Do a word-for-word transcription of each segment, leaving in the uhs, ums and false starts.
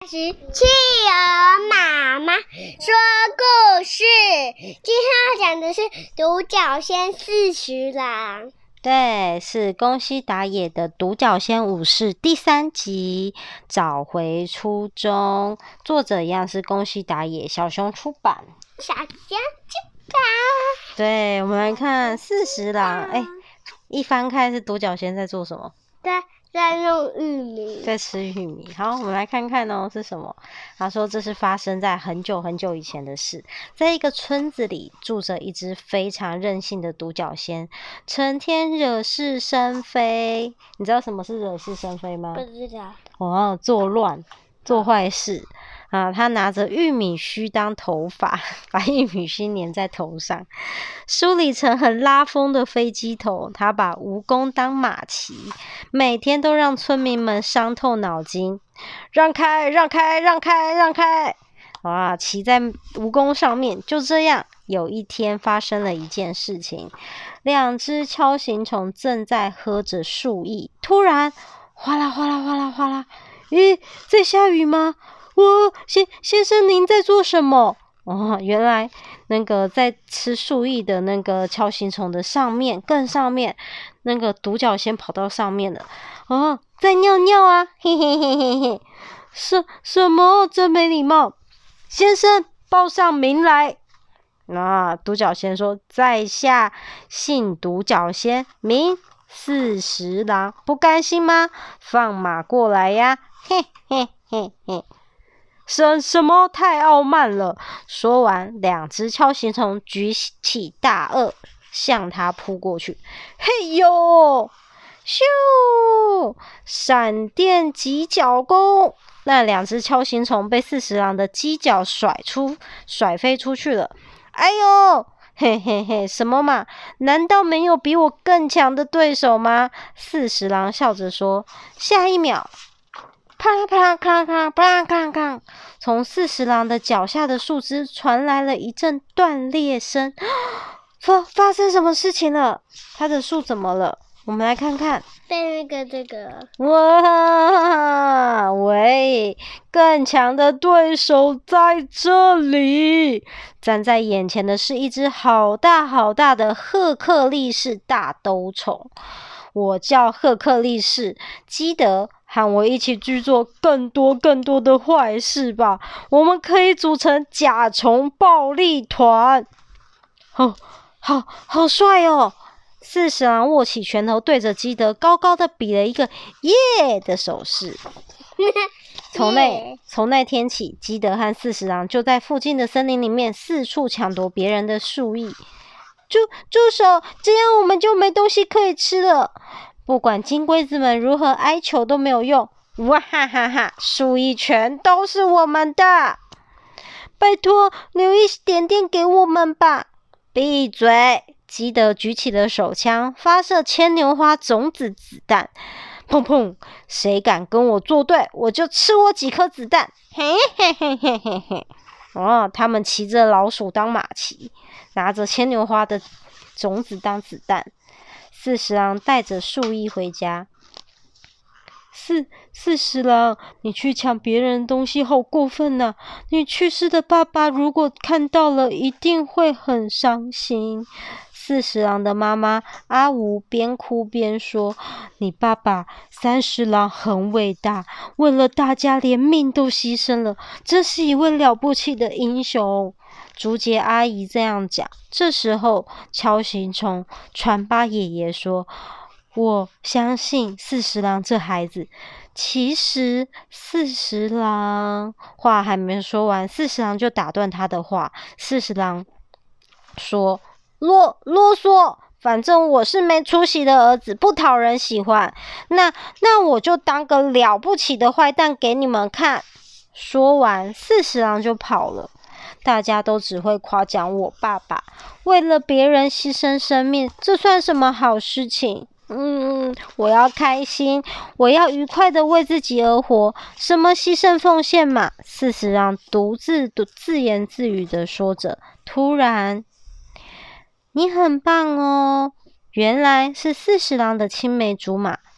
是企鹅妈妈说故事，今天要讲的是独角仙四十郎。 对，是宫西达也的《独角仙武士》第三集，找回初衷。作者一样是宫西达也，小熊出版。 小熊出版。 对，我们来看四十郎。哎，一翻开是独角仙在做什么？ 对。在弄玉米， 在吃玉米。好，我们来看看哦，是什么？他说这是发生在很久很久以前的事，在一个村子里住着一只非常任性的独角仙，成天惹是生非。你知道什么是惹是生非吗？ 不知道。 哦，作乱，做坏事。啊，他拿着玉米须当头发，把玉米须粘在头上，梳理成很拉风的飞机头。他把蜈蚣当马骑，每天都让村民们伤透脑筋。让开，让开，让开，让开！哇，骑在蜈蚣上面。就这样，有一天发生了一件事情，两只锹形虫正在喝着树叶，突然，哗啦哗啦哗啦哗啦，咦，在下雨吗？我先先生，您在做什么？哦，原来那个在吃树叶的那个锹形虫的上面，更上面那个独角仙跑到上面了。哦，在尿尿啊，嘿嘿嘿嘿嘿。什什么？真没礼貌！先生，报上名来。那独角仙说：“在下姓独角仙，名四十郎，不甘心吗？放马过来呀！”嘿嘿嘿嘿。什什么太傲慢了！说完，两只锹形虫举起大颚向他扑过去。嘿呦！咻！闪电急脚功！那两只锹形虫被四十郎的犄角甩出、甩飞出去了。哎呦！嘿嘿嘿，什么嘛？难道没有比我更强的对手吗？四十郎笑着说。下一秒。啪啦啪啦啪啦啪啦啪啦啪啦啪啦，从四十郎的脚下的树枝传来了一阵断裂声。发发生什么事情了？他的树怎么了？我们来看看。 被那个这个哇喂，更强的对手在这里！站在眼前的是一只好大好大的赫克力士大兜虫。我叫赫克力士，基德，和我一起去做更多更多的坏事吧！我们可以组成甲虫暴力团。哦，好好帅哦！四十郎握起拳头，对着基德高高的比了一个耶的手势。从那从那天起，基德和四十郎就在附近的森林里面四处抢夺别人的树叶。住住手！这样我们就没东西可以吃了。不管金龟子们如何哀求都没有用。哇哈哈哈！树叶全都是我们的。拜托，留一点点给我们吧。闭嘴！基德举起了手枪，发射牵牛花种子子弹。砰砰！谁敢跟我作对，我就吃我几颗子弹！嘿嘿嘿嘿嘿嘿！哦，他们骑着老鼠当马骑，拿着牵牛花的种子当子弹。四十郎带着树叶回家。四四十郎，你去抢别人的东西，好过分呐、啊！你去世的爸爸如果看到了，一定会很伤心。四十郎的妈妈阿吴边哭边说：“你爸爸三十郎很伟大，为了大家连命都牺牲了，真是一位了不起的英雄。”竹节阿姨这样讲。这时候，锹形虫传八爷爷说：“我相信四十郎这孩子。”其实四十郎话还没说完，四十郎就打断他的话。四十郎说：“啰啰嗦，反正我是没出息的儿子，不讨人喜欢。那那我就当个了不起的坏蛋给你们看。”说完，四十郎就跑了。大家都只会夸奖我爸爸，为了别人牺牲生命，这算什么好事情？嗯，我要开心，我要愉快的为自己而活，什么牺牲奉献嘛？四十郎独自自言自语的说着。突然，你很棒哦！原来是四十郎的青梅竹马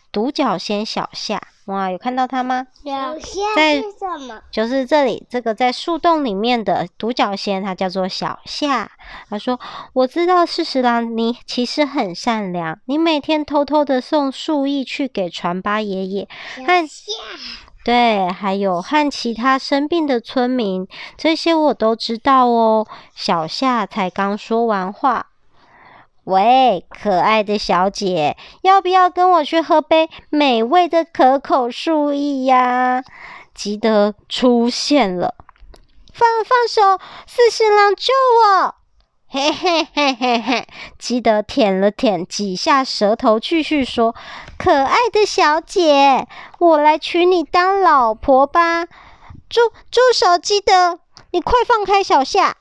独角仙小夏。哇，有看到它吗？ 小夏在是什么？ 就是这里，这个在树洞里面的独角仙，它叫做小夏。他说：“我知道四十郎，你其实很善良，你每天偷偷的送树叶去给传八爷爷和对，还有和其他生病的村民，这些我都知道哦。”小夏才刚说完话。喂，可爱的小姐，要不要跟我去喝杯美味的可口树叶呀？吉德出现了，放放手，四十郎救我！嘿嘿嘿嘿嘿，吉德舔了舔几下舌头，继续说：“可爱的小姐，我来娶你当老婆吧！”住住手，吉德，你快放开小夏！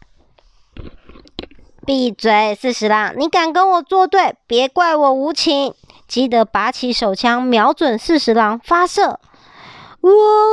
闭嘴，四十郎！你敢跟我作对，别怪我无情！吉德拔起手枪，瞄准四十郎发射。哇！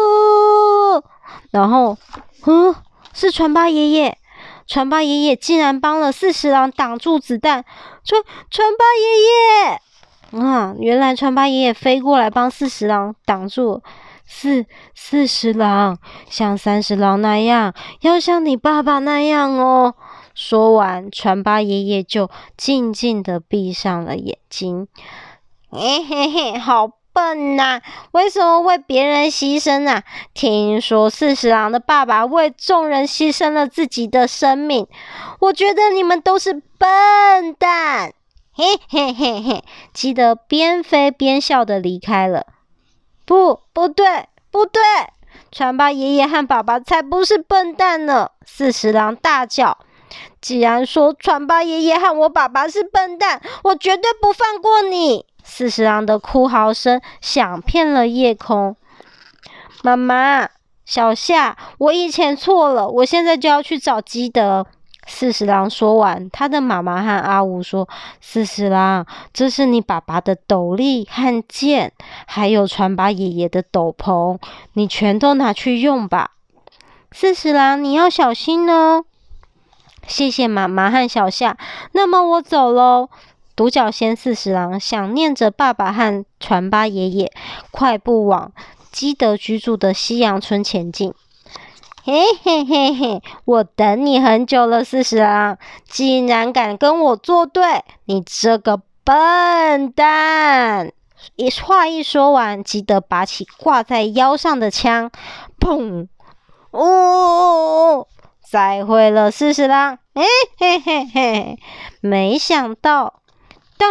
然后，嗯，是传八爷爷。传八爷爷竟然帮了四十郎挡住子弹。传传八爷爷！啊，原来传八爷爷飞过来帮四十郎挡住。四四十郎，像三十郎那样，要像你爸爸那样哦。说完，传八爷爷就静静的闭上了眼睛。嘿嘿嘿，好笨呐、啊！为什么为别人牺牲啊？听说四十郎的爸爸为众人牺牲了自己的生命，我觉得你们都是笨蛋！嘿嘿嘿嘿，基德边飞边笑的离开了。不，不对，不对！传八爷爷和爸爸才不是笨蛋呢！四十郎大叫。既然说传八爷爷和我爸爸是笨蛋，我绝对不放过你！四十郎的哭嚎声响遍了夜空。妈妈，小夏，我以前错了，我现在就要去找基德。四十郎说完，他的妈妈和阿武说：“四十郎，这是你爸爸的斗笠和剑，还有传八爷爷的斗篷，你全都拿去用吧。”四十郎，你要小心哦。谢谢妈妈和小夏，那么我走喽。独角仙四十郎想念着爸爸和传八爷爷，快步往基德居住的西洋村前进。嘿嘿嘿嘿，我等你很久了，四十郎，竟然敢跟我作对，你这个笨蛋！一话一说完，基德拔起挂在腰上的枪，砰！哦！再会了，四十郎！嘿嘿嘿嘿，没想到，当！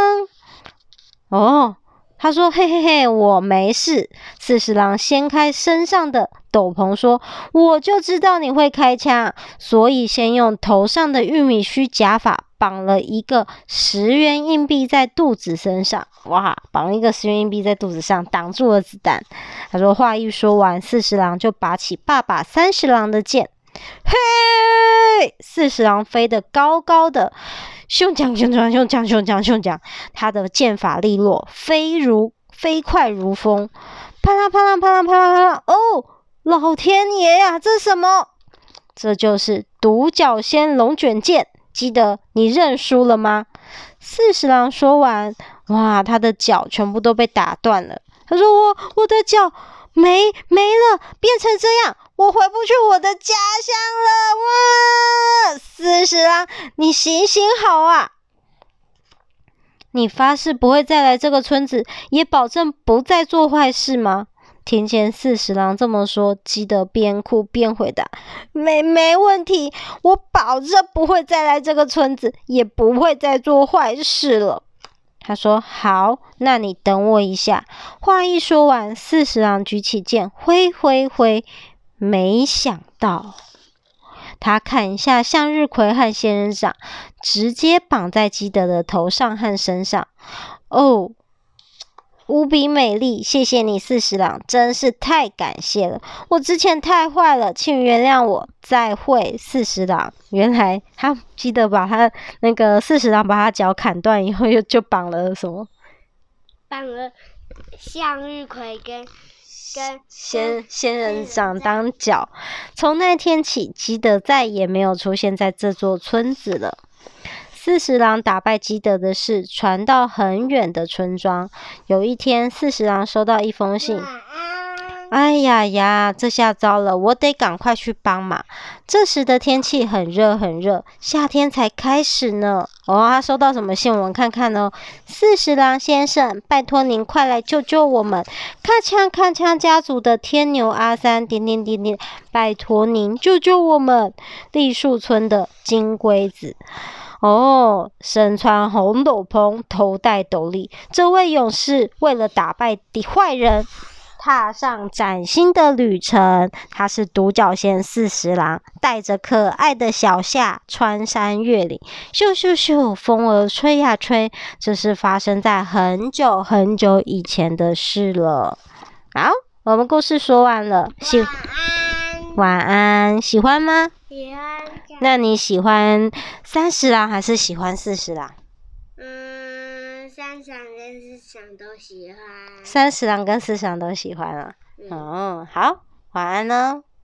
哦，他说：“嘿嘿嘿，我没事。”四十郎掀开身上的斗篷，说：“我就知道你会开枪，所以先用头上的玉米须假发绑了一个十元硬币在肚子身上。哇，绑一个十元硬币在肚子上，挡住了子弹。”他说话一说完，四十郎就拔起爸爸三十郎的剑。嘿！四十郎飞得高高的，咻讲咻讲咻讲咻讲咻讲，他的剑法利落，飞如飞快如风，啪啦啪啦啪啦啪啦啪啦！哦，老天爷呀、啊，这是什么？这就是独角仙龙卷剑。记得你认输了吗？四十郎说完，哇，他的脚全部都被打断了。他说：“我我的脚没没了，变成这样。”我回不去我的家乡了！哇，四十郎，你行行好啊！你发誓不会再来这个村子，也保证不再做坏事吗？听见四十郎这么说，基德边哭边回答：“没没问题，我保证不会再来这个村子，也不会再做坏事了。”他说：“好，那你等我一下。”话一说完，四十郎举起剑，挥挥挥。没想到，他砍下向日葵和仙人掌，直接绑在基德的头上和身上。哦，无比美丽！谢谢你，四十郎，真是太感谢了。我之前太坏了，请原谅我。再会，四十郎。原来他基德把他那个四十郎把他脚砍断以后，又就绑了什么？ 绑了向日葵跟。 仙仙人掌当脚。从那天起，基德再也没有出现在这座村子了。 四十郎打败基德的事传到很远的村庄。有一天，四十郎收到一封信。哎呀呀，这下糟了，我得赶快去帮忙。这时的天气很热很热，夏天才开始呢。哦，他收到什么信？我们看看哦。四十郎先生，拜托您快来救救我们！咔嚓咔嚓家族的天牛阿三，点点点点，拜托您救救我们！栗树村的金龟子。哦，身穿红斗篷，头戴斗笠，这位勇士为了打败敌坏人，踏上崭新的旅程。他是独角仙四十郎，带着可爱的小夏穿山越岭，咻咻咻，风儿吹呀吹。这是发生在很久很久以前的事了。好，我们故事说完了。喜晚安。 晚安，喜欢吗？ 喜欢。 那你喜欢三十郎还是喜欢四十郎？ 嗯，三场跟四场都喜欢。 三十郎跟四十郎都喜欢啊。 嗯哦，好，晚安呢。